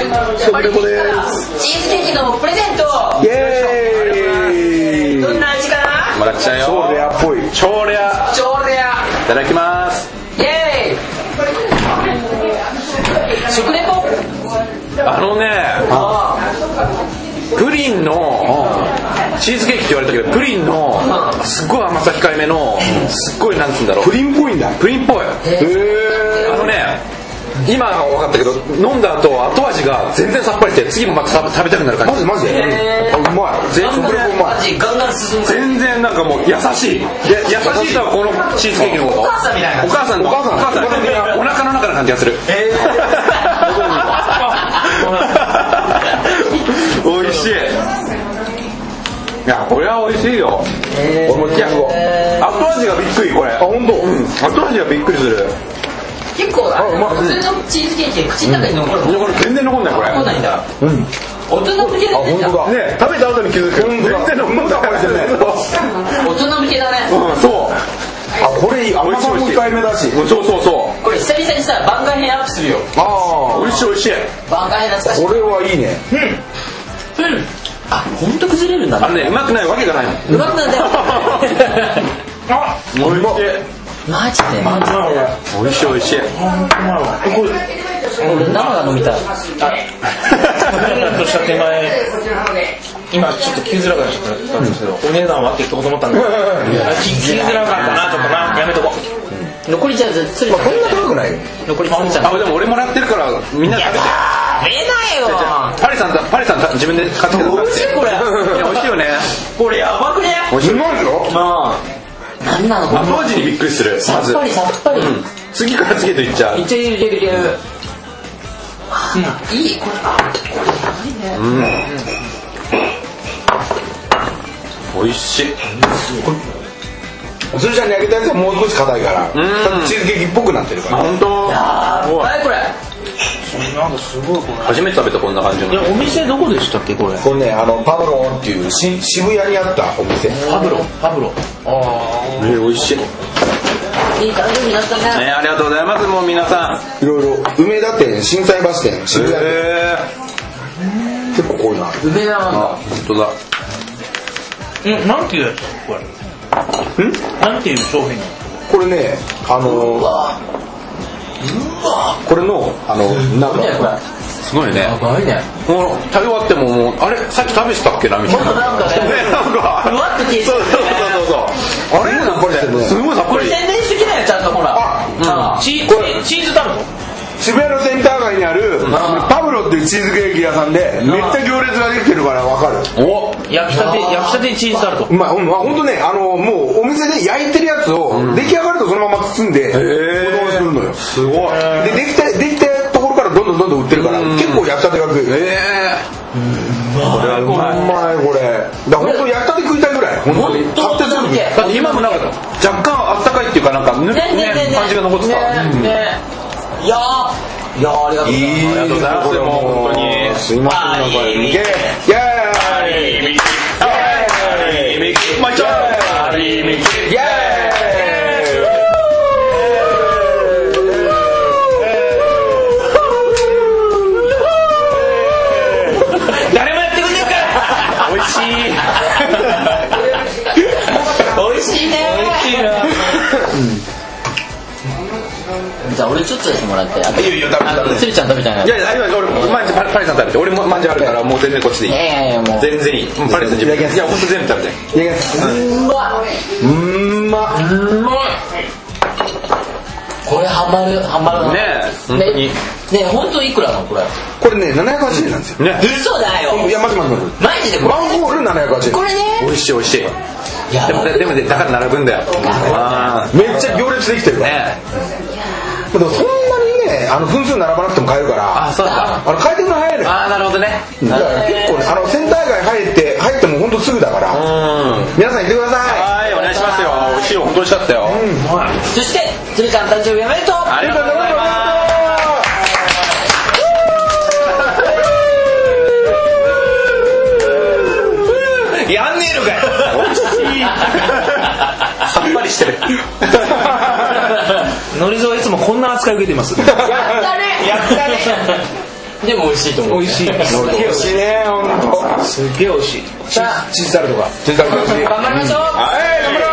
食レポです。 チーズケーキのプレゼント。 イエーイ。 どんな味かな。 もらっちゃうよ。 超レアっぽい。 超レア。 超レア。 いただきます。 イエーイ。食レポ。 プリンのチーズケーキって言われたけど、プリンのすっごい甘さ控えめのすっごいなんつうんだろう、 プリンっぽいんだ。 プリンっぽい。今は分かったけど、飲んだ後後味が全然さっぱりして次もまた食べたくなる感じ。 マジうまい。 全然ガンガン進む。 全然なんかもう優しい。優しいとはこのチーズケーキのこと。 お母さんみたいな。 お母さんお腹の中の感じがする。美味しい。いや、これは美味しいよ。俺も後味がびっくりこれ。あ、本当。後味がびっくりする。 結構普通のチーズケーキ口の中に残るの。 全然残んないこれ。 残んないんだ。大人向けだね。 ね、食べた後に気づく。全然残んない。 大人向けだね。 そう。 あ、これいい。甘さも控えめだし。 そう。 これ久々にさ、番外編アップするよ。 美味しい。 番外編懐かしい。 これはいいね。 あ、ほんと崩れるんだね。 うまくないわけがないもん。 うまくないんだよ。 おいしい。 マジで美味しい。 俺生が飲みたい。 とした手前、今ちょっと聞きづらくなっちゃったんですけど、お値段はって言おうと思ったんだけど、聞きづらかったな、ちょっとな、やめとこう。 残りじゃあつるちゃん。 こんな高くないよ。 残りつるちゃん。 でも俺もらってるからみんな食べて。 食べないよ。 パリさん自分で買ってください。 美味しいこれ。 美味しいよね。 これやばくね。 美味しい。うまいでしょ。 なんなのこれ。 後味にびっくりする。 さっぱり。 次から次へといっちゃう。 いっちゃう。いいこれ。これやばいね。 美味しい。 それじゃにあげたやつはもう少し硬いから、チーズケーキっぽくなってるから。 本当。 やばいこれ。 なんかすごいこれ。 初めて食べたこんな感じの。 お店どこでしたっけこれ。 これね、パブロンっていう渋谷にあったお店。 パブロ。 美味しい。 いい感じになったね。 ありがとうございます。もう皆さんいろいろ梅田店、心斎橋店、渋谷店、結構こういうのある。 梅田なんだ。 本当だ。 なんていうやつこれ。なんていう商品。 これね、これのなんかすごいね。 やばいね。 もう食べ終わってももうあれさっき食べてたっけなみたいな。 なんかね。ふわっと消えてる。 そう。あれなんかすごいさっぱり。 これ宣伝してきなよちゃんとほら。 チーズタルト。 渋谷のセンター街にあるパブロっていうチーズケーキ屋さんでめっちゃ行列ができてるから分かる。 焼きたてチーズタルト。 ほんとね、もうお店で焼いてるやつを出来上がるとそのまま包んで保存するのよ。 すごい。 でできたところからどんどん売ってるから結構焼きたてが食える。これはうまいこれ。だから本当焼きたて食いたいぐらい。本当に。買ってすぐ。 だって今もなんか若干あったかいっていうかなんかぬるい感じが残ってた。 いやありがとうございます。 ありがとうございます。もう本当にすいませんなんかイエーイイエーイマイチョーイエーイ誰もやってくんねえか。 美味しい。 美味しいね。美味しいな。じゃあ俺ちょっとだけもらって。 いいよ食べつるちゃん食べたいな。 いや俺パリさん食べて。俺もまんじゅうあるからもう全然こっちでいい。 いやもう全然いい。パリさん自分。いや本当全部食べて。 いただきます。 うまい。これハマるな。 ねえ本当に。 ね本当いくらなのこれ。 これね780円なんですよ。 ね。 嘘だよ。 いや待ってマジでこれ。 ワンホール780円。 これね。 美味しい。でもだから並ぶんだよ。 めっちゃ行列できてるから。 ね。 でもそんなにね分数並ばなくても買えるから。 あそうだ。 買えてくの早いね。 なるほどね。 だから結構ねセンター街入っても本当すぐだから。皆さん行ってください。 はいお願いしますよ。美味しいよ本当にしちゃったよ。 そしてつるちゃん誕生日おめでとう。 ありがとうございます。やんねえのかよ。美味しい。さっぱりしてる。 のりぞはいつもこんな扱い受けてます。 やったね。 でも美味しいと思う。 美味しい。 美味しいね、ほんと。 すっげえ美味しい。チーズタルトが。 チーズタルト美味しい。 頑張りましょう。 はい、頑張ろう。